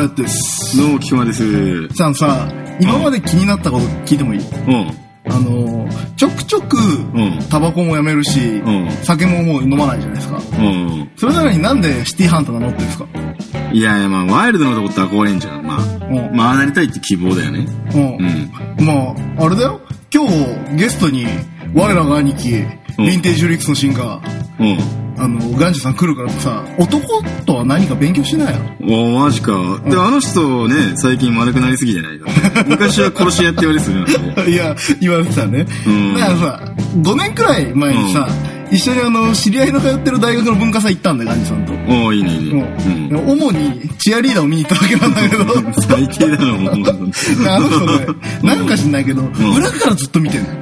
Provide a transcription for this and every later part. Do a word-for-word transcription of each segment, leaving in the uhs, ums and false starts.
です。 どうも菊間です。 さんさ、今まで気になったこと聞いてもいい？うん。あのちょくちょくタバコもやめるし、うん、酒ももう飲まないじゃないですか。うん。それなのになんでシティハンター名乗ってるんですか？ いやいや、まあワイルドなとこって憧れんじゃん。まあ、うん、まあなりたいって希望だよね。うん。 うん。まああれだよ。今日ゲストに我らが兄貴、ヴィンテージフリックスのシンガー。うん。あのガンジさん来るからさ、男とは何か勉強しないよ。 おマジか。で、うん、あの人ね、最近丸くなりすぎじゃないか。昔は殺し屋って言われてたよね。 いや、言われてたね。うん、だからさ、ごねんくらい前にさ、うん、一緒にあの知り合いの通ってる大学の文化祭行ったんだよ、ガンジさんと。 おおいいねいいね。 うん。主にチアリーダーを見に行ったわけなんだけど。 最低だろもう。 あの人ね、なんか知んないけど、うん、裏からずっと見てる。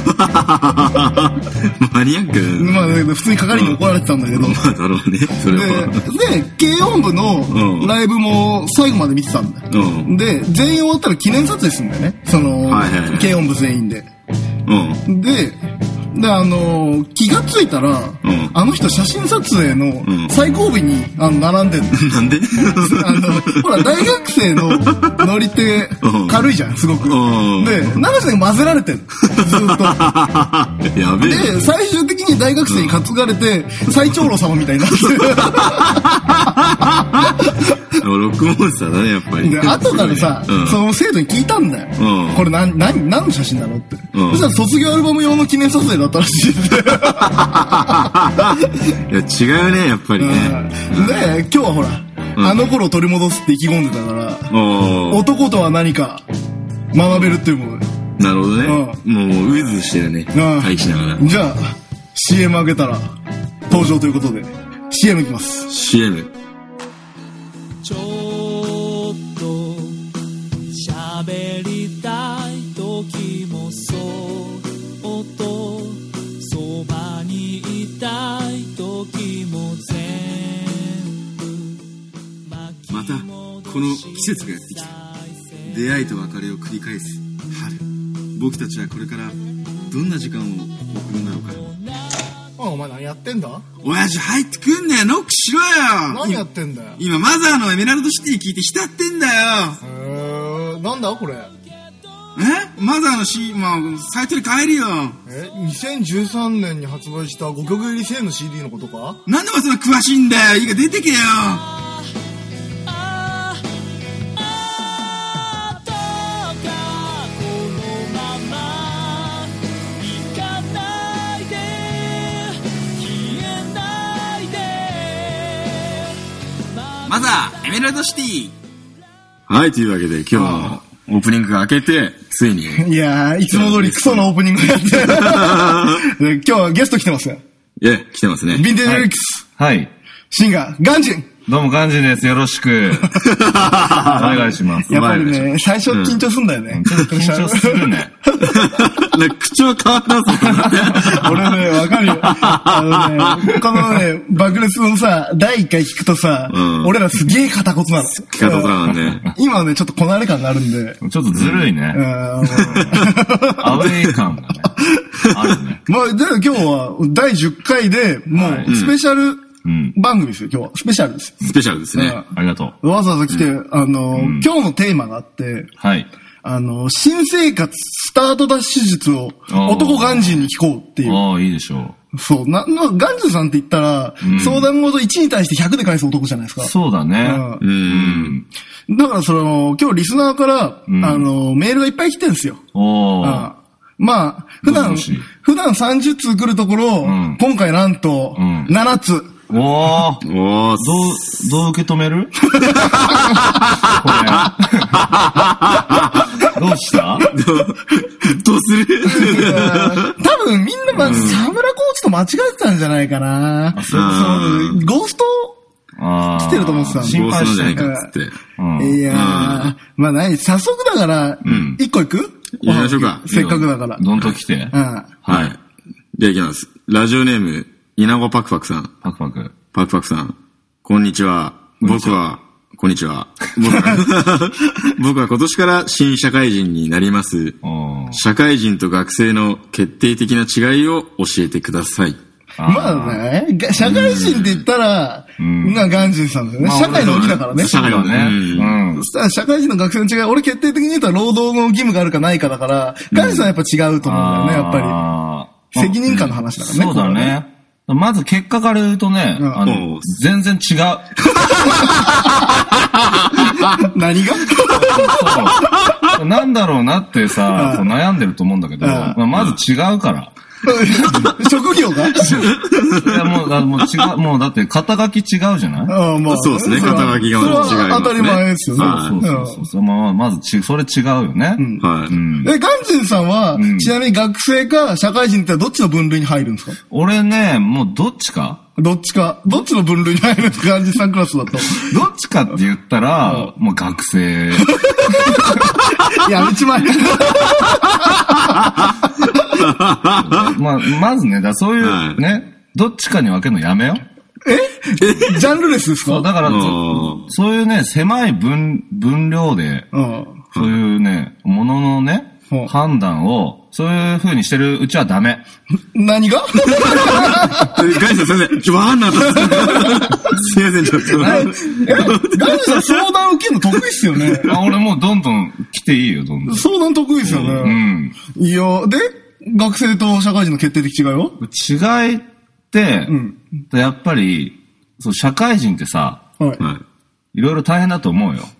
マニアック。 まあ普通に係に怒られてたんだけど。 まあだろうね。それは。 で、で軽音部のライブも最後まで見てたんだよ。うん、で、全員終わったら記念撮影するんだよね。その、はいはいはい、軽音部全員で。うん。で。で、あのー、気がついたら、うん、あの人写真撮影の最後尾に、あの、並んでるの。 なんであの、ほら、大学生の乗り手、軽いじゃん、すごく。で、長瀬が混ぜられてる。ずっと。 やべえ。 で、最終的に大学生に担がれて、最長老様みたいになってる。 ロックモンスターだね、やっぱり。 で、後からさ、うん、その生徒に聞いたんだよ。うん、これ何、何、何の写真なのって。うん、そしたら卒業アルバム用の記念撮影だったらしいって。 いや、違うね、やっぱりね。 うん、で、今日はほら、うん、あの頃を取り戻すって意気込んでたから、男とは何か学べるっていうもので。 なるほどね。うん、もう、うずしてるね。待機しながら。 じゃあ、シーエム 開けたら、登場ということで、シーエム いきます。 シーエム。 ちょっと喋りたい時もそっとそばにいたい時も全部またこの季節がやってきた。出会いと別れを繰り返す春。僕たちはこれからどんな時間を送るんだろうか。 あ、お前何やってんだ？ 親父入ってくんねよ、ノックしろよ。 何やってんだよ。 今マザーのエメラルドシティ聞いて浸ってんだよ。 へー、なんだこれ。 えマザーの C、まあ、サイトで買えるよ。 えにせんじゅうさんねんに発売したごきょく入りせんの シーディー のことか？ なんでお前そんな詳しいんだよ。いいか出てけよ。マザーエメラルドシティ。はい、というわけで今日のオープニングが開けてついに、 いやーいつも通りクソなオープニングやって今日はゲスト来てますよ。 いえ、来てますね。 ヴィンテージフリックス、 はい、はい、 シンガーガンジン。 どうもガンジンです。よろしくお願いします。 やっぱりね、最初緊張すんだよね、うん、 ちょっと緊張するね口調変わってます俺ね、わかるよ。あのね、このね、爆裂のさ、だいいっかい聞くとさ、うん、俺らすげえ片言なの。 片言なのね。 今はね、ちょっとこなれ感があるんで。 ちょっとずるいね。うん、アウェイ感がね。あるね。 まあ、で今日はだいじゅっかいで、もうスペシャル、はいうん、番組ですよ、今日は。スペシャルです。 スペシャルですね。 ありがとう。 わざわざ来て、うん、あの、うん、今日のテーマがあって、 はい。 あの、新生活スタートダッシュ術を男ガンジンに聞こうっていう。 ああ、いいでしょう。そう。な、な、ガンジンさんって言ったら、うん、相談事いちに対してひゃくで返す男じゃないですか。 そうだね。 うん。うん、だからその、今日リスナーから、うん、あの、メールがいっぱい来てるんですよ。 おー。 あまあ、普段、普段さんじゅっつう来るところ、うん、今回なんと、ななつ。 おー。おー。どう、どう受け止めるこれ。どうしたどう、どうする多分みんな、まあ、沢村コーチと間違えてたんじゃないかな。そうそう。ゴースト来てると思ってたんで。 心配してないかっつって。 いやー、まあ何、早速だから、一個いく？ 行きましょうか。 せっかくだから。 どんと来て。 うん。 はい。じゃあ行きます。ラジオネーム、稲子パクパクさん。 パクパク。 パクパクさん。こんにちは。僕は、こんにちは。僕は、僕は今年から新社会人になります。社会人と学生の決定的な違いを教えてください。 まあね、社会人って言ったら、がガンジンさんだよね。社会の鬼だからね。 社会のね。 うん。社会人の学生の違い、俺決定的に言うと労働の義務があるかないかだから、ガンジンさんはやっぱ違うと思うんだよね、やっぱり。責任感の話だからね。 そうだね。まず結果から言うとね、あの、全然違う。 何がなんだろうなってさ、悩んでると思うんだけど、まず違うから。 職業がいや、もう、もう違う、もうだって肩書き違うじゃないああ、まあ。そうですね、肩書きが違う。 当たり前ですよね。 そうそうそう。まあ、まずち、それ違うよね。 はい。え、ガンジンさんは、ちなみに学生か社会人ってどっちの分類に入るんですか？ 俺ね、もうどっちかどっちか。どっちの分類に入るんですか？ガンジンさんクラスだと。どっちかって言ったら、もう学生。 やめちまえ。 まあ、まずね、だそういうね、どっちかに分けるのやめよ。 えジャンルレスですか？ そう、だから、そういうね、狭い分、分量で、そういうね、もののね、判断を、そういう風にしてるうちはダメ。 何がガイさん、すいません。ちょ、わかんなかった。すいません、ちょっと。 え、ガイさん相談受けるの得意っすよね。 あ、俺もうどんどん来ていいよ、どんどん。 相談得意っすよね。うん。いや、で、学生と社会人の決定的違いは？ 違いって、うん、やっぱり、そう、社会人ってさ、はい。いろいろ大変だと思うよ。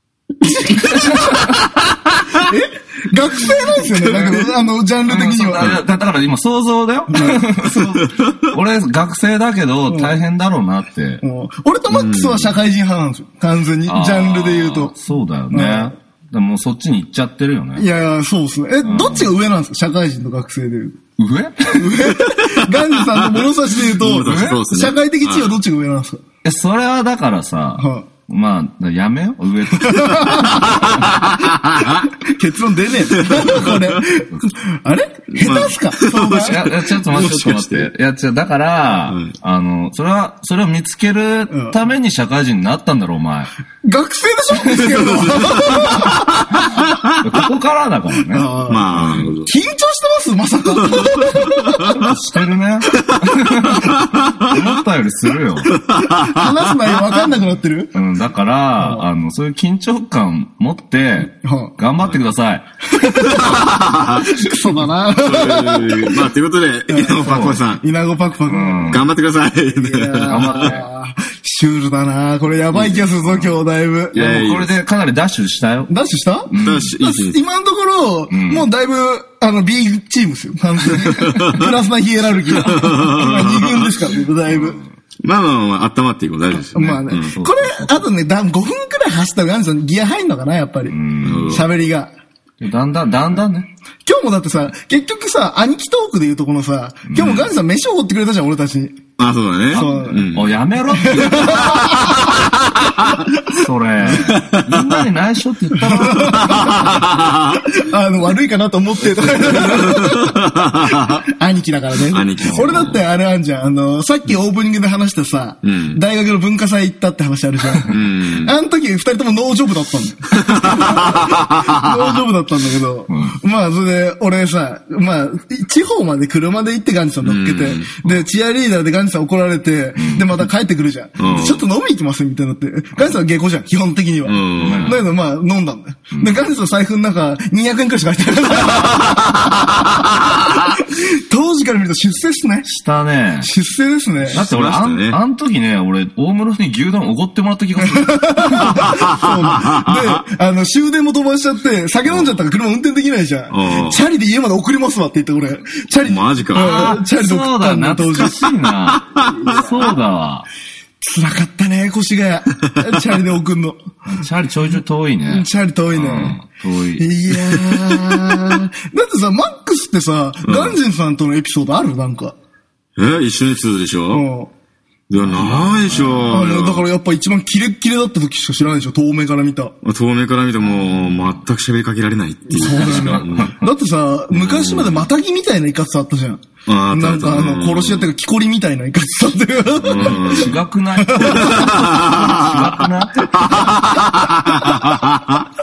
え学生なんですよね。だから、あの、ジャンル的には。 だから今想像だよ。俺、学生だけど大変だろうなって。 俺とマックスは社会人派なんですよ。完全に。ジャンルで言うと。 そうだよね。でもそっちに行っちゃってるよね。 いやいや、そうですね。え、どっちが上なんですか？社会人と学生で言う。 上上ガンジさんの物差しで言うと、社会的地位はどっちが上なんですか？ え、それはだからさ、まあ、やめよう、上と。 結論出ねえ。これ。あれ下手っすか、 まあ、いや、ちょっと待って、ちょっと待って。いや、違う、だから、うん、あの、それは、それを見つけるために社会人になったんだろ、お前。 学生でしょ見つけるの。 ここからだからね。 まあ、 緊張してますまさか。 してるね。思ったよりするよ。 話す内容わかんなくなってる？ うん、だから、あの、そういう緊張感持って、頑張ってください。 クソだな。 まあ、ということで、稲子パクパクさん。 稲子パクパク。 頑張ってください。 頑張って。シュールだな。これやばい気がするぞ、今日だいぶ。 いや、これでかなりダッシュしたよ。 ダッシュした？ ダッシュ、 今のところ、もうだいぶ、あの、B チームですよ。完全に。プラスなヒエラルキー。今に軍ですからね、だいぶ。 まあまあまあ、温まっていこう、大丈夫ですよね。 まあね。これ、あとね、ごふんくらい走ったらガンジさんギア入んのかな、やっぱり。喋りが。 だんだん、だんだんね。 今日もだってさ、結局さ、兄貴トークで言うとこのさ、今日もガンジさん飯をおごってくれたじゃん、俺たちに。 あ、そうだね。そう。 うん、お、やめろって。それ。みんなに内緒って言ったら。 あの、悪いかなと思って。兄貴だからね。 兄貴。 俺だってあれあんじゃん。あの、さっきオープニングで話したさ、うん、大学の文化祭行ったって話あるじゃん。うん、あの時二人ともノージョブだったんだよ。ノージョブだったんだけど、うん、まあ、それで、俺さ、まあ、地方まで車で行ってガンジさん乗っけて、うん、で、チアリーダーでガンジさん怒られて、うん、で、また帰ってくるじゃん。うん、ちょっと飲み行きますみたいになって。ガンジさんは下戸じゃん、基本的には。うん、だけど、まあ、飲んだんだよ。うん、で、ガンジさんの財布の中、にひゃくえんくらいしか入ってない。当時から見ると出世っすね。 したね。 出世ですね。 だって俺、あん、あん時ね、俺、大室に牛丼おごってもらった気がする。そうで、 あの、終電も飛ばしちゃって、酒飲んじゃったから車運転できないじゃん。チャリで家まで送りますわって言って俺。チャリ。 マジか。 チャリで送ったんだ、 当時。そうだな。そうだわ。 辛かったね、腰が。チャリで送んの。 チャリちょいちょい遠いね。 チャリ遠いね。 遠い。 いやー。だってさ、マックスってさ、ガンジンさんとのエピソードある？なんか。 え一緒にエピソードでしょ？いや、ないでしょ。 あの、だからやっぱ一番キレッキレだった時しか知らないでしょ、遠目から見た。 遠目から見ても、全く喋りかけられないっていう。 そうだよね。だってさ、昔までマタギみたいなイカツあったじゃん。あなんかあの、殺し屋っていうか、木こりみたいなイカツあったよ。 違くない違く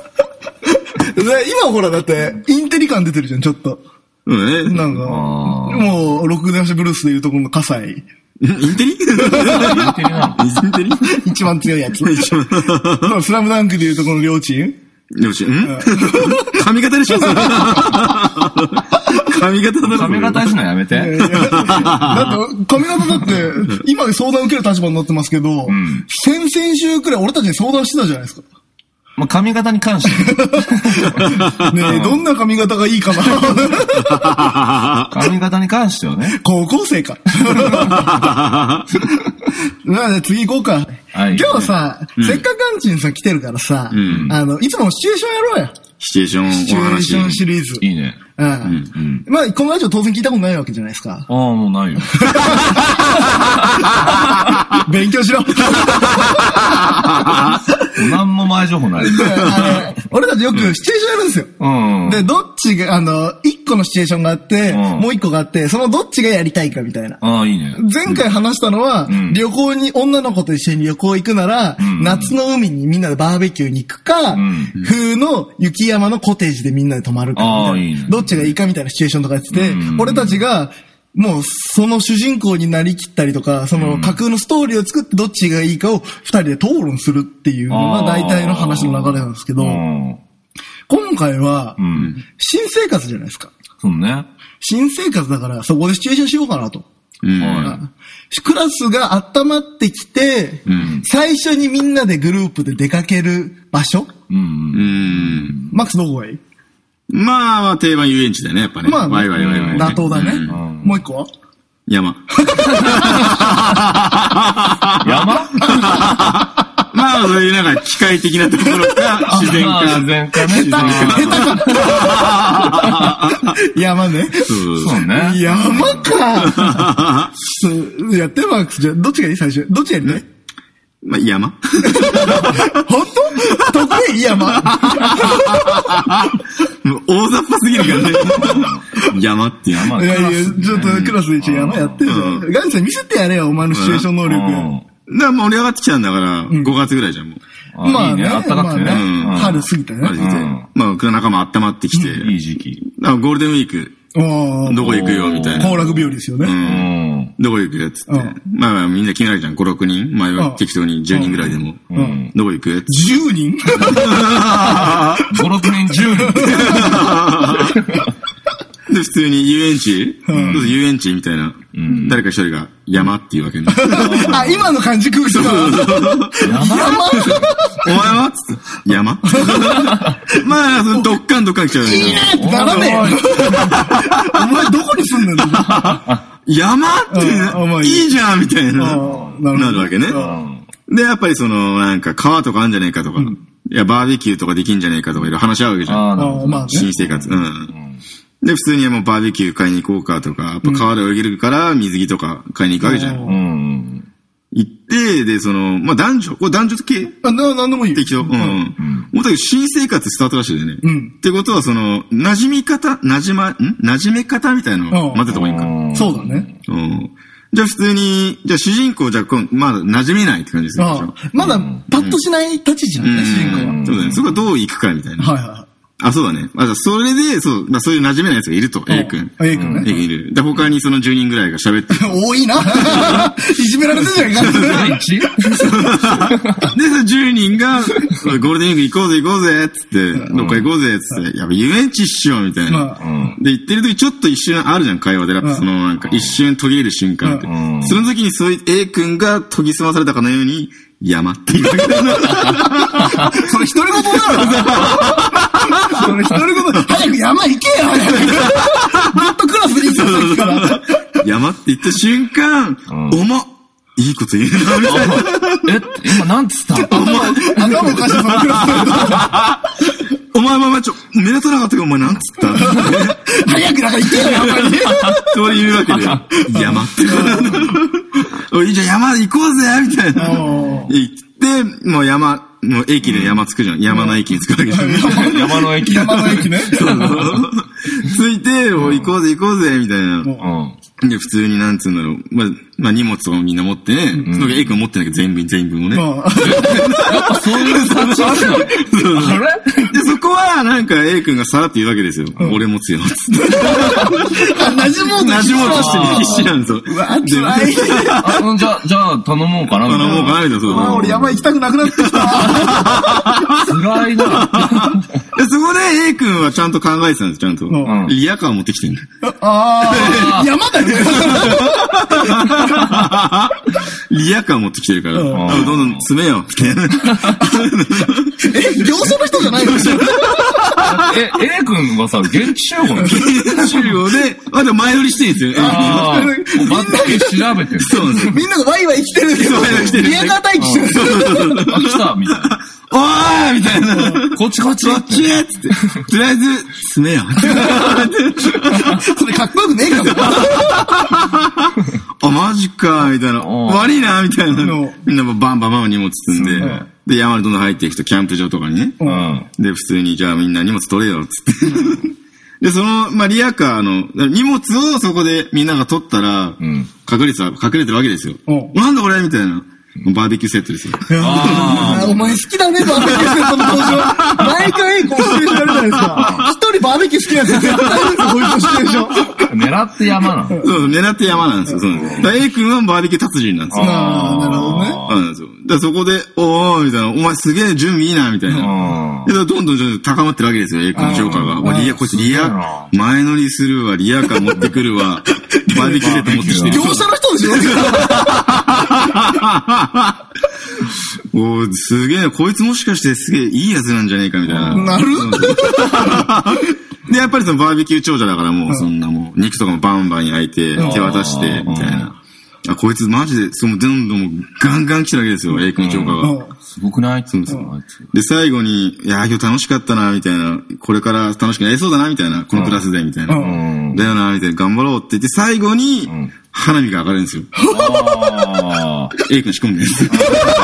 ない今ほらだって、インテリ感出てるじゃん、ちょっと。 うんね。 なんか、 もう、ロックダンスブルースでいうところの葛西。 インテリインテリなのインテリ一番強いやつ。一番。スラムダンクでいうところの両チーム両チーム髪型でしょそれ髪型だろ髪型にすのやめて。だって、 髪型だって、今相談受ける立場になってますけど、うん、先々週くらい俺たちに相談してたじゃないですか。 まあ、髪型に関して。 ねえ、どんな髪型がいいかな髪型に関してはね。 高校生か。な次行こうか。はい、今日さ、うん、せっかくアンチンさん来てるからさ、うん、あの、いつもシチュエーションやろうよ。 シチュエーションシチュエーションシリーズ。 いいね。 うん。うんうん、まあ、このラジオ当然聞いたことないわけじゃないですか。 ああ、もうないよ。 勉強しろ。 何も前情報ない。 俺たちよくシチュエーションやるんですよ。うん、で、どっちが、あの、一個のシチュエーションがあって、うん、もう一個があって、そのどっちがやりたいかみたいな。 ああ、いいね。 前回話したのは、うん、旅行に、女の子と一緒に旅行行くなら、うん、夏の海にみんなでバーベキューに行くか、うん、冬の雪山のコテージでみんなで泊まるかみたいな。ああ、いいね。どっちがいいかみたいなシチュエーションとかやってて、うん、俺たちが、もう、その主人公になりきったりとか、その架空のストーリーを作ってどっちがいいかを二人で討論するっていうのが大体の話の流れなんですけど、今回は、新生活じゃないですか。 そうね。 新生活だからそこでシチュエーションしようかなと。うん、クラスが温まってきて、うん、最初にみんなでグループで出かける場所、うんうん、マックスどこがいい？ まあまあ定番遊園地だよね、やっぱね。 まあ、 ワイワイワイワイ、 ね。妥当だね。うん、もう一個は山。 山まあ、そういうなんか機械的なところか、自然か。 自然かね。自然か。 山ね。 そうね。 山か。そう、やってマックスじゃ、どっちがいい最初。どっちやりたい？ まあ、山。 本当？得意山。 もう大雑把すぎるからね。山って山。 いやいや、ちょっとクラスで一応山やってるじゃん。ガンちゃん見せてやれよ、お前のシチュエーション能力。 だから盛り上がってきちゃうんだから、ごがつぐらいじゃん、もう。 まあね、 あったかくてね。 春過ぎたね。 まあ、僕の仲間温まってきて。 いい時期。 だからゴールデンウィーク。どこ行くよ、みたいな。 行楽日和ですよね。 どこ行くよ、つって。まあまあ、みんな決められるじゃん。ご、ろくにん。前は適当にじゅうにんぐらいでも。どこ行く？ じゅう 人 ? ご、ろくにんじゅうにん。 で、普通に遊園地、うん、どうぞ遊園地みたいな、うん、誰か一人が山っていうわけね。 あ、今の感じ空気が。山お前はつって、山まあ、どっかんどっかん来ちゃうね。 いいねってならねえ。お前どこに住んでんの山って、いいじゃんみたいな、なるわけね。で、やっぱりその、なんか川とかあるんじゃねえかとか、うん、いや、バーベキューとかできんじゃねえかとかいろいろ話し合うわけじゃん。あまあね、新生活。うん。で、普通にもうバーベキュー買いに行こうかとか、やっぱ川で泳げるから水着とか買いに行くわけじゃん。うん。行って、で、その、まあ、男女、これ男女系あ、な、なんでもいいよ。 適当。うん。うん。もうだけど新生活スタートらしいよね。うん。ってことは、その、馴染み方、馴染ま、ん馴染め方みたいなのを待ってた方がいいか。 そうだね。 うん。じゃあ普通に、じゃあ主人公じゃあ、まだ馴染めないって感じですよ。 まだパッとしない立ちじゃんね、主人公は。 そうだね。そこはどう行くかみたいな。 はいはい。 あ、そうだね。あ、それで、そう、まあそういう馴染めない奴がいると、A 君。 A 君ね。 A 君いる。で、他にそのじゅうにんぐらいが喋ってる。 多いな。いじめられてるじゃんか。 で、そのじゅうにんが、ゴールデンウィーク行こうぜ行こうぜ、つって、どっか行こうぜ、つって、やっぱ遊園地っしよ、みたいな。で、行ってる時ちょっと一瞬あるじゃん、会話で。やっぱその、なんか一瞬途切れる瞬間って。その時にそういう A 君が研ぎ澄まされたかのように、山って言うわけだな。 それ独り言だろ。それ独り言。早く山行けよ、早く。ずっとクラスに行ってたから。 山って言った瞬間、おま、いいこと言うな、みたいな。え、今なんつったお前、頭おかしい、そのクラス。お前、まあまあ、ちょ、目立たなかったけど、お前なんつった早くなんか行けよ、山に。 そういうわけで、山って。おい、じゃあ山行こうぜみたいな。行って、もう山、もう駅で山着くじゃん。山の駅に着くわけじゃん。 山の駅。 山の駅ね。そうそう着いて、もう行こうぜ行こうぜみたいな。で、普通になんつうんだろう。まあ、 まあ荷物をみんな持ってね、うん、その A 君持ってなきゃ全員分、全員分をね。やっぱそういう立ち位置なの。あれで、そこはなんか A 君がさらって言うわけですよ。うん、俺持つよ、つって。 馴染もうと馴染もうとして必死なんですよ。 うわ、辛い。 あじゃあ、じゃあ頼もうかな。 頼もうかな、みたいな。そうあ、俺山行きたくなくなってきた。 辛いな。 そこで A 君はちゃんと考えてたんです、ちゃんと。うん、リヤカー持ってきてんだよ。 ああ。山だよね。 リヤカー持ってきてるから。うん、どんどん詰めよう。え、 業者の人じゃないのえ、A 君はさ、現地集合現地集合で、まだ前乗りしてるんですよ。 ああ。みんなで調べてる。 そうなんですよ。 みんながワイワイ来てるんですよ。リヤカー待機してるんですよ。 あ、来たみたいな。 おーみたいな。 こっちこっち。 こっちつって。とりあえず、詰めよう。 それかっこよくねえかあ、マジかみたいな。悪いなみたいな。みんなバンバンバン荷物積んで、で、山にどんどん入っていくと、キャンプ場とかにね。で、普通に、じゃあみんな荷物取れよ、つって。で、その、まあ、リヤカーの、荷物をそこでみんなが取ったら、確率は隠れてるわけですよ。なんだこれみたいな。バーベキューセットですよ。 ああ、お前好きだね、バーベキューセットの登場。毎回、こう、シチュエーションあるじゃないですか。一人バーベキュー好きなやつ絶対いるんですよ、こういうシチュエーション。 狙って山なの。 そう、狙って山なんですよ。そうなんです。だ A 君はバーベキュー達人なんですよ。 ああ、なるほどね。 そうなんですよ。だそこで、おー、みたいな、お前すげえ準備いいな、みたいな。で、どんどんどんどん高まってるわけですよ、A 君の評価が。リヤ、こいつリヤ、前乗りするわ、リヤカー持ってくるわ、バーベキューセット持ってきてる。 業者の人でしょおー、すげえ、こいつもしかしてすげえいいやつなんじゃねえかみたいな。 なるで、やっぱりそのバーベキュー長者だからもうそんなもう、肉とかもバンバン焼いて、手渡して、みたいな。あ、こいつマジで、そのどんどんガンガン来てるわけですよ、A 君長家が。 すごくないそうですよ。で、最後に、いや、今日楽しかったな、みたいな。これから楽しくなりそうだな、みたいな。このクラスで、みたいな。だよな、みたいな。頑張ろうって言って、最後に、花火が上がるんですよ。A 君仕込んでるんですよ。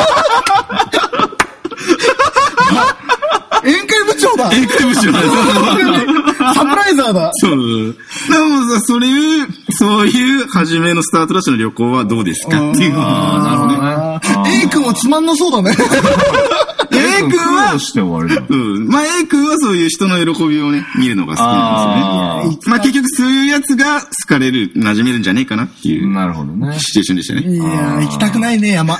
宴会部長だ宴会部長だサプライザーだそう。でもさ、そういう、そういう初めのスタートダッシュの旅行はどうですかっていう。 ああ、なるほどね。 A 君はつまんなそうだね。 A 君は、 して終わりだ。 うん。まあ A 君はそういう人の喜びをね、見るのが好きなんですよね。まあ結局そういうやつが好かれる、馴染めるんじゃねえかなっていう。 なるほどね。 シチュエーションでしたね。 いやー、行きたくないね、山。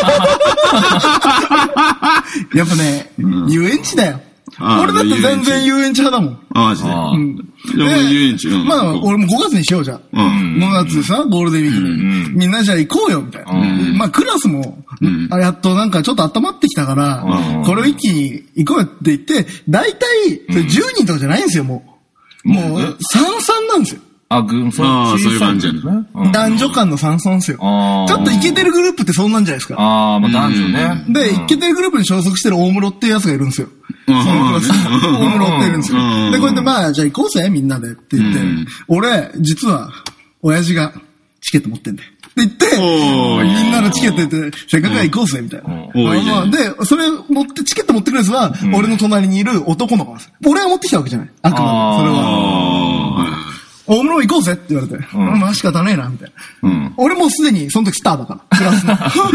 やっぱね、遊園地だよ。俺だって全然遊園地派だもん。 ああ、マジで。うん。でも遊園地。 まあ、俺もごがつにしようじゃん。うん。ごがつでさ、ゴールデンウィークで。みんなじゃあ行こうよ、みたいな。まあ、クラスも、やっとなんかちょっと温まってきたから、これを一気に行こうよって言って、だいたいじゅうにんとかじゃないんですよ、もう。もう、さんさんなんですよ。 あ、ぐそういう感じやね。 男女間の三尊ですよ。ちょっとイケてるグループってそんなんじゃないですか。 ああ、まあ男女ね。 で、イケてるグループに所属してる大室っていうやつがいるんですよ。そのクラス。大室っているんですよ。で、こうやってまあ、じゃあ行こうぜ、みんなでって言って、俺、実は、親父がチケット持ってんだよ。って言って、みんなのチケット言って、せっかく行こうぜ、みたいな。で、それ持って、チケット持ってくるやつは、俺の隣にいる男の子なんですよ。俺は持ってきたわけじゃない。あくまで。それは。大室行こうぜって言われて。うん、まあ仕方ねえな、みたいな。うん、俺もうすでにその時スターだから。クラスの。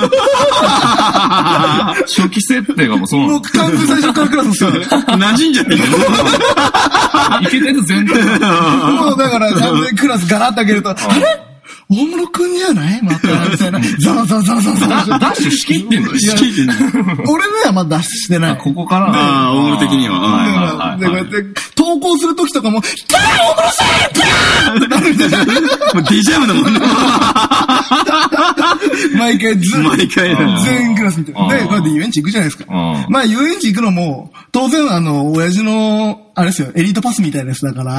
初期設定がもうそうなの。 僕完全最初からクラスのスターだ。 馴染んじゃってる。 いけてる全体。 もうだから完全クラスガラッと開けると、あれ大室くんじゃないまた、みたいな。ザワザワザワザワザワ。 ダッシュ仕切ってんの仕切ってんの俺のはまだダッシュしてない。 ここからああ、大室的には。 で、こうやって、投稿するときとかも、キャー大室さんキャーってなるみたいな。 もうデジャブだもんね。 毎回ずっと。 毎回全員クラスみたいな。で、こうやって遊園地行くじゃないですか。まあ遊園地行くのも、当然あの、親父の、あれですよ、エリートパスみたいなやつだから、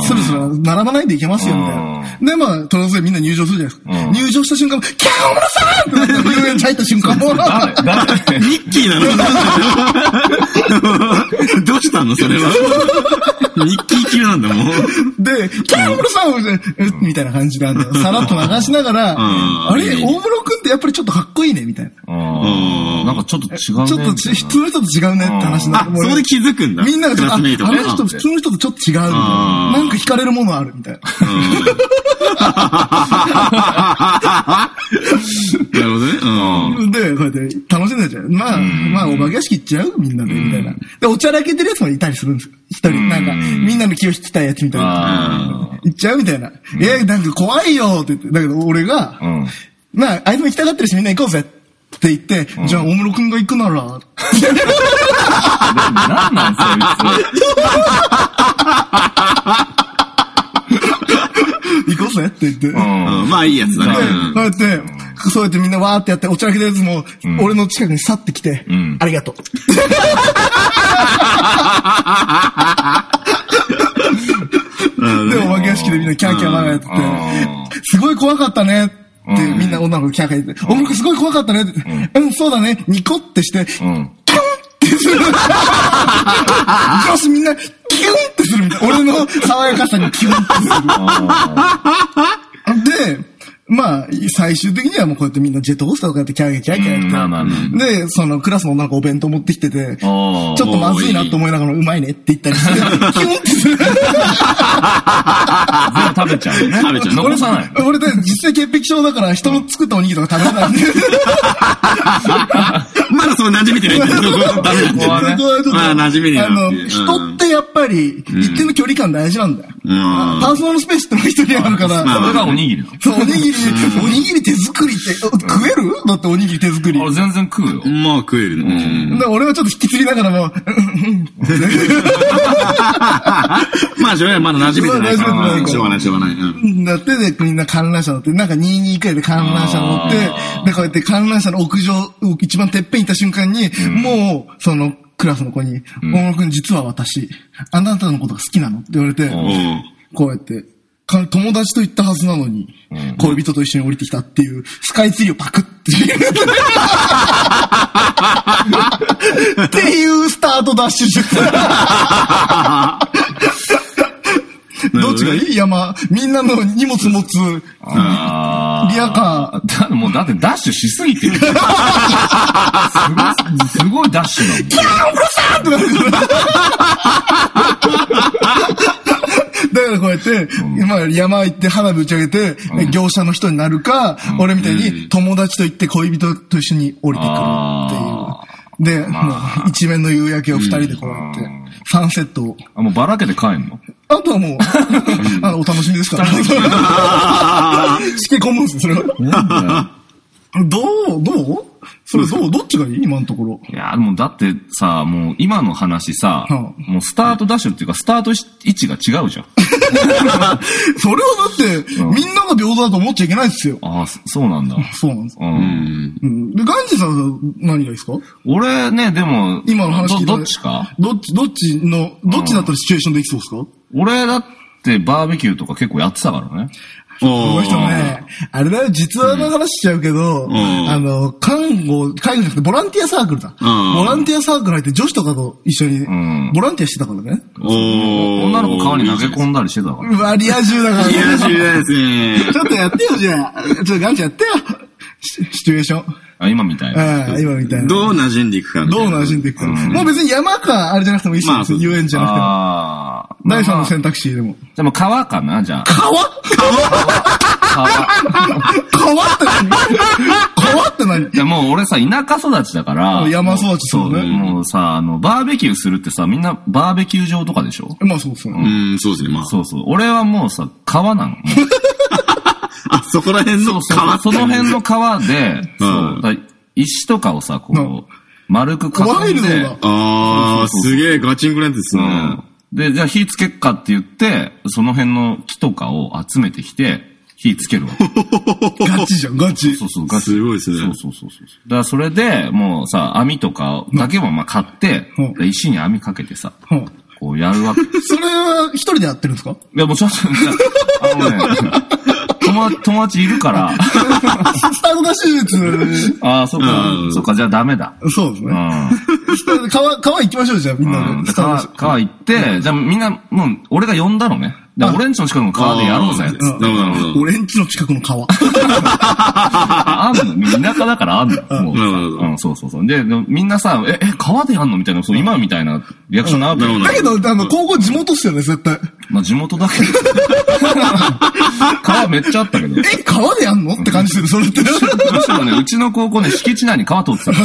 スルスル並ばないでいけますよ、みたいな。で、まあ、当然みんな入場するじゃないですか。入場した瞬間、キャー大室さんってなって遊園地入った瞬間も。 ミッキーなのどうしたのそれは。 ミッキー級なんだもん。 で、キャンブルさんみたいな感じであんだよ。さらっと流しながら、あれ、大室くんってやっぱりちょっとかっこいいね、みたいな。 なんかちょっと違うね。 ちょっと普通の人と違うねって話になって。 あ、それで気づくんだ。 みんながちょっと、あの人普通の人とちょっと違うみたいな。なんか惹かれるものあるみたいな。 なるほどね。 で、こうやって楽しんでじゃん。まあ、まあ、お化け屋敷行っちゃうみんなで、みたいな。で、おちゃらけてるやつもいたりするんですよ。一人、なんか、みんなの気を引きたいやつみたいな。行っちゃうみたいな。え、なんか怖いよって言って。だけど、俺が、まあ、あいつも行きたがってるしみんな行こうぜって言って、じゃあ、大室くんが行くなら、 なんなんそいつ。行こうぜって言って。 まあいいやつだね。 こうやって、そうやってみんなわーってやって、おちゃらけたやつも、俺の近くに去ってきて、ありがとう。で、お化け屋敷でみんなキャーキャー笑ってて、すごい怖かったねってみんな女の子キャーキャー言って、お前すごい怖かったねって、うん、そうだね、ニコってして、キュンってする。女子みんな、キュンってするみたいな。俺の爽やかさにキュンってする。で、まあ、最終的にはもうこうやってみんなジェットコースターとかやってキャーキャーキャーキャーやって。まあまあまあ、で、そのクラスの女の子お弁当持ってきてて、ちょっとまずいなと思いながらうまいねって言ったりして、キュンってする。 全部食べちゃうよね。食べちゃう。残さない。 俺で実際潔癖症だから人の作ったおにぎりとか食べれないんで。 まだその馴染みてないんだけど、ダメだね。まあ馴染みにあの、人ってやっぱり一定の距離感大事なんだよ。パーソナルスペースってのが一人あるから。 それがおにぎり。 そう、おにぎり、おにぎり手作りって食える？だっておにぎり手作り。 俺全然食うよ。 まあ食えるね。 で俺はちょっと引き継ぎながらも、 まあしょうがない、まだ馴染みてないから。しょうがない、しょうがない。 だってで、みんな観覧車乗って、なんかにじゅうにくらいで観覧車乗って、で、こうやって観覧車の屋上、一番てっぺん行った瞬間に、もう、その、クラスの子に、大野くん実は私、あなたのことが好きなのって言われて、こうやって、友達と行ったはずなのに、恋人と一緒に降りてきたっていう、スカイツリーをパクっていう。っていうスタートダッシュしてどっちがいい？山、みんなの荷物持つ、リアカー。もうだってダッシュしすぎてる。すごい、すごいダッシュなの。 キャーブルさんってなってる。だからこうやって、うん、まあ山行って花火打ち上げて、うん、業者の人になるか、うん、俺みたいに友達と行って恋人と一緒に降りてくるっていう。で、まあ、もう一面の夕焼けを二人でこうやって、サンセットを。 あ、もうばらけて帰んの？ あとはもう、あの、お楽しみですから。しけ込むんですよ、それは。どうどうそれどうどっちがいい今のところ。 いや、もうだってさ、もう今の話さ、はあ、もうスタートダッシュっていうか、スタート位置が違うじゃん。 それはだって、うん、みんなが平等だと思っちゃいけないですよ。 ああ、そうなんだ。 そうなんです。うん。うん、で、ガンジさんは何がいいですか？ 俺ね、でも、 今の話聞いたど、どっちかどっち、どっちの、どっちだったらシチュエーションできそうですか？ 俺だってバーベキューとか結構やってたからね。 この人ね、あれだよ、実話の話しちゃうけど、うん、あの、看護、介護じゃなくてボランティアサークルだ。うん、ボランティアサークル入って女子とかと一緒に、ボランティアしてたからね。 うん、女の子川に投げ込んだりしてたから。 うわ、リア充だからね。 リア充ですね。 ちょっとやってよ、じゃあ。ちょっとガンちゃんやってよ。シチュエーション。 あ、今みたいな。 あ今みたいな。 どう馴染んでいくかみたいな。 どう馴染んでいくか。うん、もう別に山か、あれじゃなくてもいいし、まあ、遊園地じゃなくても。ああ。第三の選択肢でも。 でも川かな、じゃあ。 川川川って何川って何いやもう俺さ、田舎育ちだから。 山育ちそうね。 もうさ、あの、バーベキューするってさ、みんなバーベキュー場とかでしょ？ まあそうそう。 うん、そうですね、まあ。 そうそう。俺はもうさ、川なの。 あ、そこら辺の川その辺の川で、そう。石とかをさ、こう、丸く囲んで。 ワイルドだ。 あー、すげえガチンコなやつですね。 で、じゃあ火つけっかって言って、その辺の木とかを集めてきて、火つけるわけ。 ガチじゃん、ガチ。 そうそう、ガチ。 すごいですね。 そうそうそうそう。だからそれで、もうさ、網とかだけはまあ買って、うん、石に網かけてさ、うん、こうやるわけ。 それは一人でやってるんですか？ いや、もうちょっと、あのね、友友達、友達いるから。 スタートが手術。 ああ、そっか。そっか、じゃあダメだ。 そうですね。うん。川、川行きましょう、じゃあみんなで。 川、川行って、じゃあみんな、もう、俺が呼んだのね。俺んちの近くの川でやろうぜ。 俺んちの近くの川。 あんの田舎だからあんの。うん、そうそうそう。で、みんなさ、え、え、川でやんのみたいな、そう今みたいなリアクションなわけよ。 だけど、あの、高校地元っすよね、絶対。 まあ地元だけど。川めっちゃあったけど。 え、川でやんのって感じする、それって。むしろね、うちの高校ね、敷地内に川通ってた。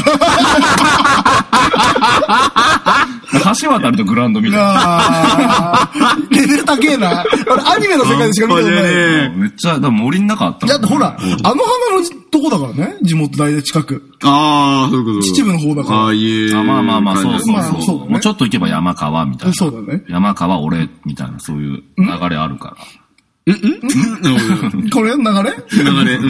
橋渡るとグラウンドみたいな。 レベル高えな。俺アニメの世界でしか見たことない。 めっちゃ、森の中あっただってほら、あの花のとこだからね。地元大体近く。 ああ、そういうこと。 秩父の方だから。 ああ、いえ。 まあまあまあ、そうそうそう。もうちょっと行けば山川みたいな。 そうだね。 山川俺みたいな、そういう流れあるから。 んんこれ流れ流れ。うん。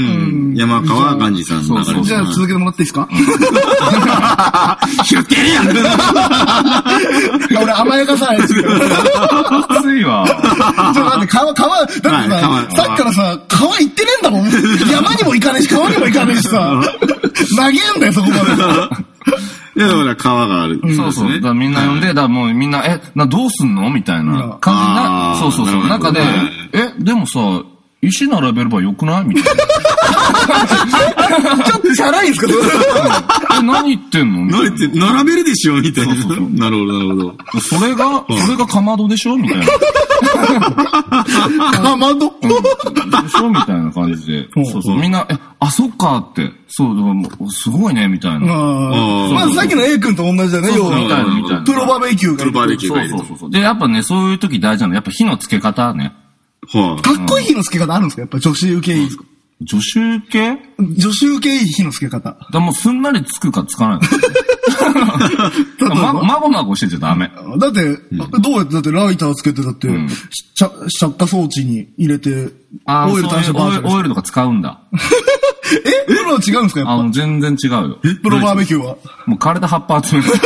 山川幹事さんの流れ。 じゃあ続けてもらっていいですか？ 拾ってやるやん俺甘やかさないですよ。 きついわ。 ちょっと待って、川、川、だってさ、さっきからさ、川行ってねえんだもん。山にも行かねえし、川にも行かねえしさ。投げんだよ、そこまで。 いや、だから川がある。 そうそう。だからみんな呼んで、だからもうみんな、え、な、どうすんのみたいな感じな。そうそうそう。中で、え、でもさ、石並べればよくないみたいな。 ちょっとチャラいんすかえ、何言ってんの何言って、並べるでしょみたいな。そうそうなるほど、なるほど。 それが、それがかまどでしょみたいな。 かまどでしょみたいな感じで。そうそう。みんな、え、あ、そっかって。そう、すごいね、みたいな。 まずさっきの A 君と同じだね、要は。 みたいな、みたいな。 プロバーベキューが。 プロバーベキューがいる。 そうそうそう。で、やっぱね、そういう時大事なの。やっぱ火のつけ方ね。 かっこいい火のつけ方あるんですか？やっぱ女子受けいいですか？ 女子受け女子受けいい火のつけ方。 だもうすんなりつくかつかないの。ま、まごまごしてちゃダメ。 だって、どうやって、だってライターつけて、だって、着火装置に入れて、オイル足してバージョン。 オイルとか使うんだ。 えプロは違うんですかやっぱ。 あの、全然違うよ。 プロバーベキューは。 もう枯れた葉っぱ集める。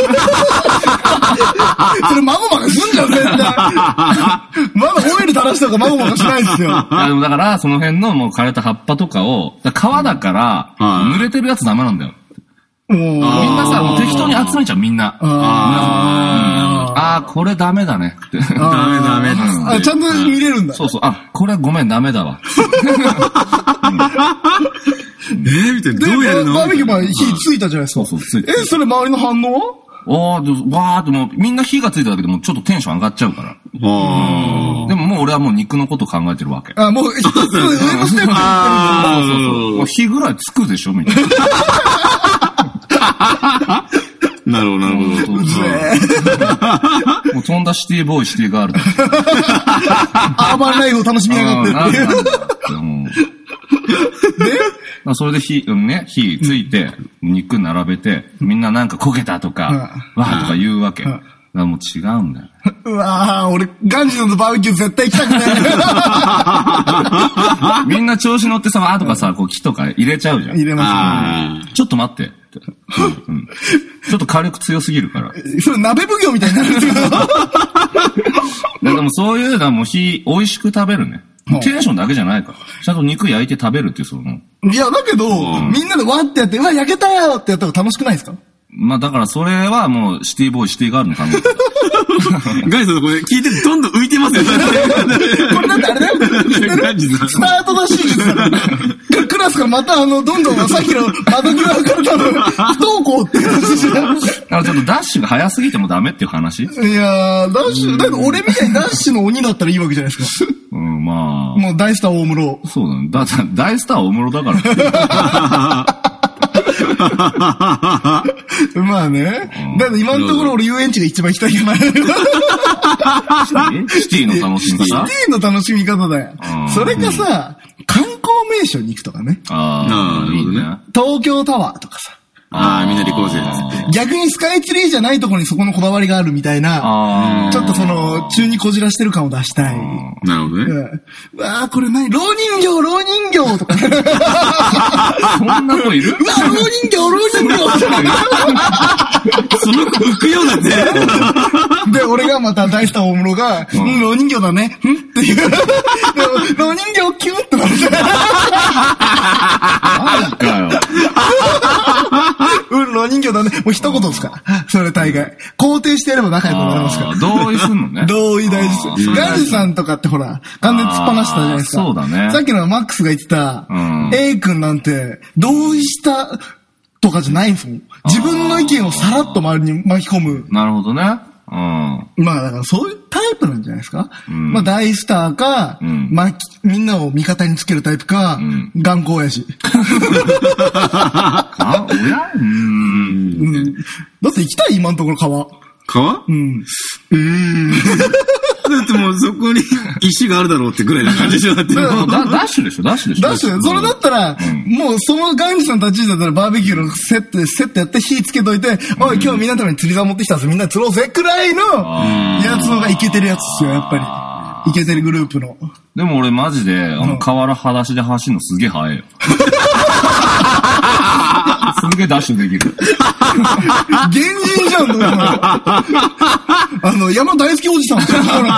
それ、まごまごすんじゃん、絶対。まだオイル垂らしたとかまごまごしないですよ。 いや、でもだから、その辺のもう枯れた葉っぱとかを、川だから、濡れてるやつダメなんだよ。みんなさ、もう適当に集めちゃう、みんな。ああ、これダメだね。 ダメダメ。 あ、ちゃんと見れるんだ。 そうそう。あ、これごめん、ダメだわ。 えー、みたいな。どうやるのバーベキューまで火ついたじゃないですか。 そうそう、ついた。え、それ周りの反応はああ、でわーってもう、みんな火がついただけでもちょっとテンション上がっちゃうから。でももう俺はもう肉のこと考えてるわけ。 あ、もう一つ上のステップ行ってるんだ。 そうそうそう。火ぐらいつくでしょみたいな。 なるほど、なるほど。 うぜえ。もう飛んだシティボーイ、シティガールだ。 アーバンライフを楽しみやがって。 なんだでそれで火、ね、火ついて、肉並べて、みんななんか焦げたとか、わーとか言うわけ。だからもう違うんだよ。 うわー、俺、ガンジーのバーベキュー絶対行きたくない。みんな調子乗ってさ、わーとかさ、こう木とか入れちゃうじゃん。 入れますね。ちょっと待って。うん、ちょっと火力強すぎるから。 それ鍋奉行みたいになるんですけど。 でもそういうのはもう火、美味しく食べるね。テンションだけじゃないから。ちゃんと肉焼いて食べるっていう、その。 いや、だけど、みんなでわってやって、うわ、焼けたよってやったら楽しくないですか？ まあだからそれはもうシティボーイ、シティガールの考え。 ガイさんこれ聞いてどんどん浮いてますよ。 これだってあれだよ。スタートダッシュ術だから。クラスからまたあの、どんどんさっきの窓際から多分、不登校っていう話じゃん。 だからちょっとダッシュが早すぎてもダメっていう話？いやー、ダッシュ、だけど俺みたいにダッシュの鬼だったらいいわけじゃないですか。 うん、まあ。もう大スター大室。 そうだね。だ、大スター大室だから。 まあね。だけど今のところ俺遊園地が一番行きたいかな。 シティの楽しみ方？ シティの楽しみ方だよ。それかさ、観光名所に行くとかね。 ああ、いいね。 東京タワーとかさ。 ああ、みんなで行こうぜって。 逆にスカイツリーじゃないところにそこのこだわりがあるみたいな、ちょっとその、中にこじらしてる感を出したい。 なるほどね。 うわあ、これ何？老人形、老人形とか。 そんな子いる？ うわ、老人形、老人形とか。 その子浮くようだぜ。 で、俺がまた大スター大室が、うん、老人形だね。んっていう。でも、老人形キュンってなる。 人形だね。もう一言ですから。それ大概。肯定してやれば仲良くなりますから。 同意すんのね。 同意大事です。ガンジさんとかってほら、完全に突っ放したじゃないですか。 そうだね。 さっきのマックスが言ってた、A 君なんて、同意したとかじゃないんですもん。自分の意見をさらっと周りに巻き込む。 なるほどね。うん、 まあだからそういうタイプなんじゃないですか、うん、まあ大スターか、うん、まあみんなを味方につけるタイプか、うん、頑固親父。 あ、親うん。 だって行きたい今のところ川。 川うん。 うーん。だってもうそこに石があるだろうってぐらいな感じでしょだって。 ダッシュでしょダッシュでしょダッシュ。それだったら、うん、もうそのガンジさん立ち位置だったらバーベキューのセットで、セットやって火つけといて、うん、おい今日みんなのために釣り竿持ってきたんですみんな釣ろうぜくらいのやつのがイケてるやつですよ、やっぱり。イケてるグループの。 でも俺マジで、あの、河原裸足で走るのすげえ速いよ。すげえダッシュできる。 原人じゃん、あの、山大好きおじさん。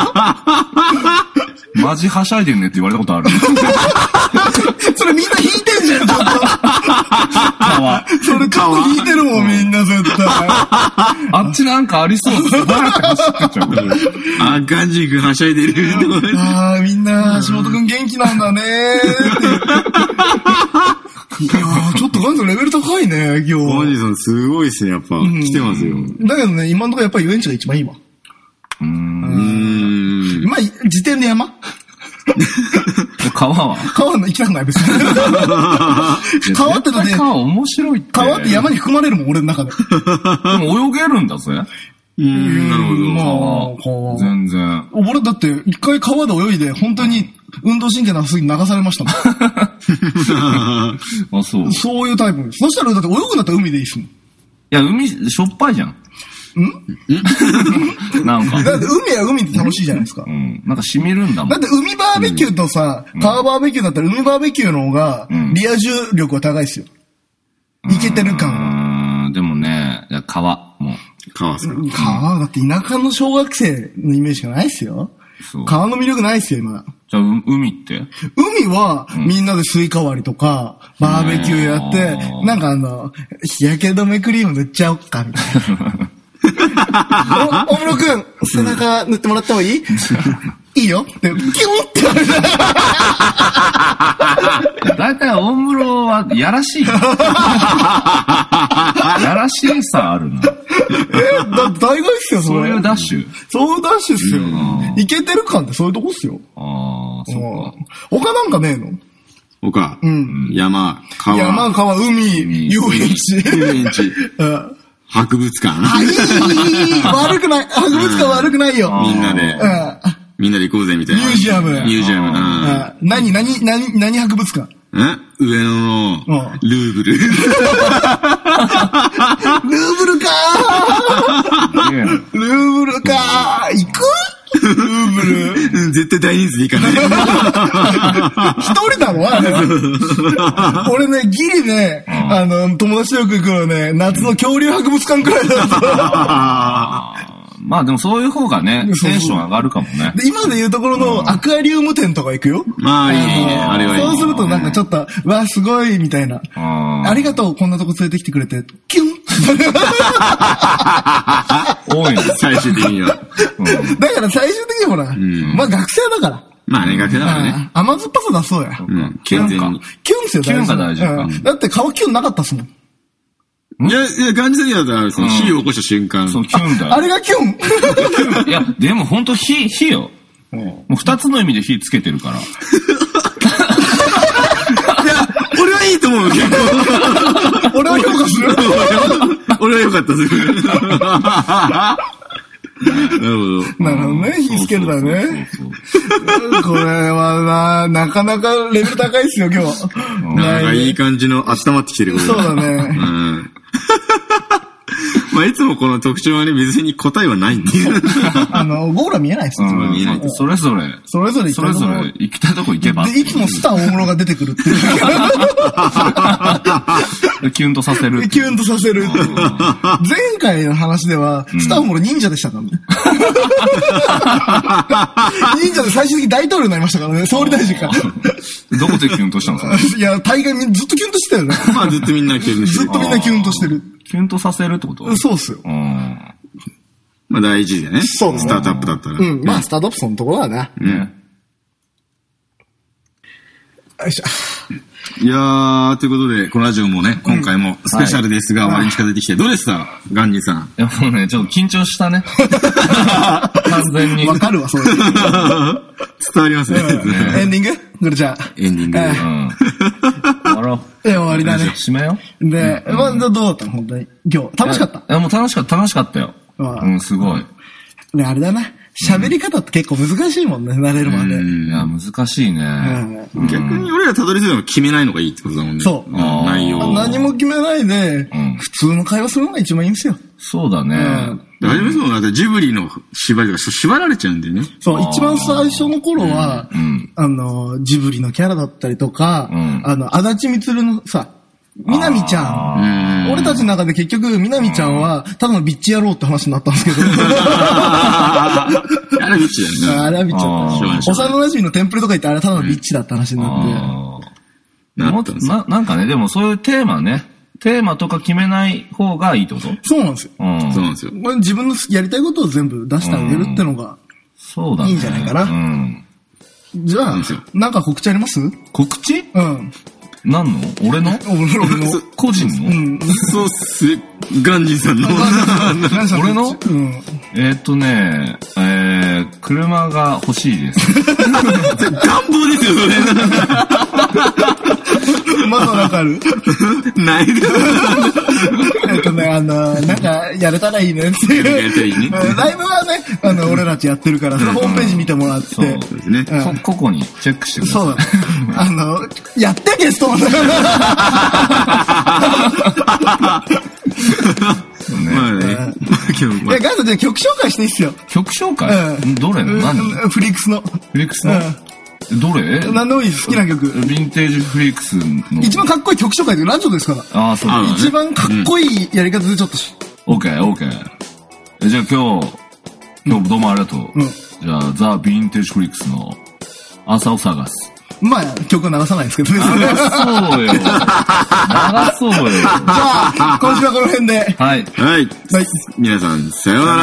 マジはしゃいでんねって言われたことある。 それみんな引いてんじゃん、ちょっと。 川。 それちょっと引いてるもん、みんな絶対。 あっちなんかありそうです。バーって走ってっちゃう。 あ、ガンジー君はしゃいでる。 ああ、みんな、橋本君元気なんだねいやー、ちょっとガンジーレベル高いね、今日。 ガンジーさんすごいっすね、やっぱ。来てますよ。 だけどね、今のところやっぱり遊園地が一番いいわ。 うーん。 まあ、時点で山川は川の行きたくない、別に。川ってだって、 川面白いって。 川って山に含まれるもん、俺の中で。 でも泳げるんだぜ。 うん、なるほど。まあ、全然。 俺だって、一回川で泳いで、本当に運動神経なさすぎに流されましたもん。 あ、そう。 そういうタイプです。そしたら、だって泳ぐんだったら海でいいっすもん。いや、海、しょっぱいじゃん。んなんか。 だって海は海って楽しいじゃないですか。 うん。なんか染みるんだもん。 だって海バーベキューとさ、うん、川バーベキューだったら海バーベキューの方が、リア充力は高いですよ。いけてる感。 うん。でもね、川、もう。 川さん。 川だって田舎の小学生のイメージしかないっすよ。川の魅力ないっすよ、今。 じゃあ、海って海は、みんなでスイカ割りとか、バーベキューやって、なんかあの、日焼け止めクリーム塗っちゃおっか、みたいな。お、大室くん、背中塗ってもらった方がいいいいよって、キュンって言われた。 だいたい大室は、やらしい。やらしいさあるな。 え、だって大概っすよ、それ。 そういうダッシュ。 そういうダッシュっすよ。いけてる感ってそういうとこっすよ。 ああ、そうか。 他なんかねえの他。 うん。 山、川。 山、川、海、遊園地。 遊園地。博物館。 あ、いい、いい、悪くない。博物館悪くないよ。 みんなで。みんなで行こうぜ、みたいな。 ミュージアム。 ミュージアム。 何、何、何、何博物館え上野の、ルーブル。ルーブルかールーブルかー行くルーブル。 絶対大人数で行かない。 一人だろあれ。俺ね、ギリね、あの、友達とよく行くのね、夏の恐竜博物館くらいだった。 まあでもそういう方がね、テンション上がるかもね。 で、今で言うところのアクアリウム店とか行くよ。 まあいいね、あれはいい。 そうするとなんかちょっと、わ、すごい、みたいな。ありがとう、こんなとこ連れてきてくれて、キュン多いね、 最終的には。 だから最終的にほら、まあ学生だから。 まあね、学生だからね。 甘酸っぱさ出そうや。 キュンか。 キュンっすよ、 キュンが大事か。 だって顔キュンなかったっすもん。 いや、いや、感じ的だったら、その火を起こした瞬間。 そう、キュンだよ。 あれがキュンいや、でもほんと火、火よ。もう二つの意味で火つけてるから。いや、俺はいいと思う、結構。俺は評価する俺は良かったです。なるほど。 なるほどね。火つけるだね。これはな、なかなかレベル高いっすよ、今日。 なんかいい感じの、温まってきてる。 そうだね。 うん。 まあ、いつもこの特徴はね、別に答えはないんで。 あの、僕ら見えないですよ。 見えないです。 それぞれ。 それぞれそれぞれ行きたいとこ行けば。 で、いつもスター大室が出てくるっていう。 キュンとさせる。 キュンとさせる。前回の話では、スター大室忍者でしたからね。忍者で最終的に大統領になりましたからね、総理大臣から。 どこでキュンとしたのかいや、大概ずっとキュンとしてたよね。 まあずっとみんなキュンとしてる。 ずっとみんなキュンとしてる。 キュンとさせるってこと？ そうっすよ。 うん。 まあ大事だね。 そうですね。スタートアップだったら。 うん。まあスタートアップそのところだね。 うん。よいしょ。 いやー、ということで、このラジオもね、今回もスペシャルですが、終わりに近づいてきて、どうでしたガンジーさん。 いや、もうね、ちょっと緊張したね。完全に。 わかるわ、そういう。 伝わりますね。 エンディングこれじゃあ。 エンディング。うん。 終わろう。 え、終わりだね。 締めよう。で、まあ、どうだったの本当に。今日。楽しかった。いや、もう楽しかった、楽しかったよ。うん、すごい。 ね、あれだな。喋り方って結構難しいもんね、慣れるまで。 いや、難しいね。 逆に俺らたどり着いたの決めないのがいいってことだもんね。 そう。 内容。 何も決めないで、普通の会話するのが一番いいんですよ。 そうだね。 大丈夫そうだってジブリの縛りとか縛られちゃうんだよね。 そう、一番最初の頃は、あの、ジブリのキャラだったりとか、あの、足立みつるのさ、みなみちゃん。俺たちの中で結局、みなみちゃんは、ただのビッチ野郎って話になったんですけど。 あれビッチだよね。 あれはビッチだった。幼馴染のテンプレとか言って、あれただのビッチだった話になって。 なななんかね、でもそういうテーマね、テーマとか決めない方がいいってこと？ そうなんですよ。 そうなんですよ。 自分のやりたいことを全部出してあげるってのが、 そうだね。 いいんじゃないかな。じゃあ、なんか告知あります？ 告知？ うん。 何の？俺の？ 俺の個人の？ うん。 そうっす。ガンジーさんの。 俺の？うん。えっとね、えー、車が欲しいです。 願望ですよ、それ。 まだわかる？ ないです。 えっとね、あの、なんか、やれたらいいねっていう。 やれたらいいね。 ライブはね、あの、俺たちやってるから、そのホームページ見てもらって。そうですね。ここにチェックしてください。 そうだ。あの、やってゲストもね。 まあね。 え、ガンさんじゃあ曲紹介していいっすよ。 曲紹介？どれの？何？ フリックスの。 フリックスの？どれ？ 何でもいいです。好きな曲。 ヴィンテージフリークスの。 一番かっこいい曲紹介でラジオですから。 ああ、そうか。一番かっこいいやり方でちょっと。 オッケー、オッケー。じゃあ今日、今日どうもありがとう。うん。じゃあ、ザ・ヴィンテージフリークスの朝を探す。 まあ、曲は流さないですけどね。 流そうよ。流そうよ。じゃあ、今週はこの辺で。 はい。 はい。はい。皆さん、さような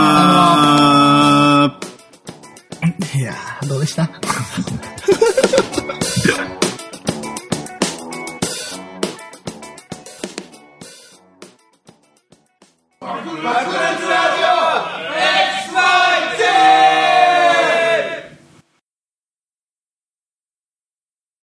ら。 いやー、どうでした？爆裂ラジオ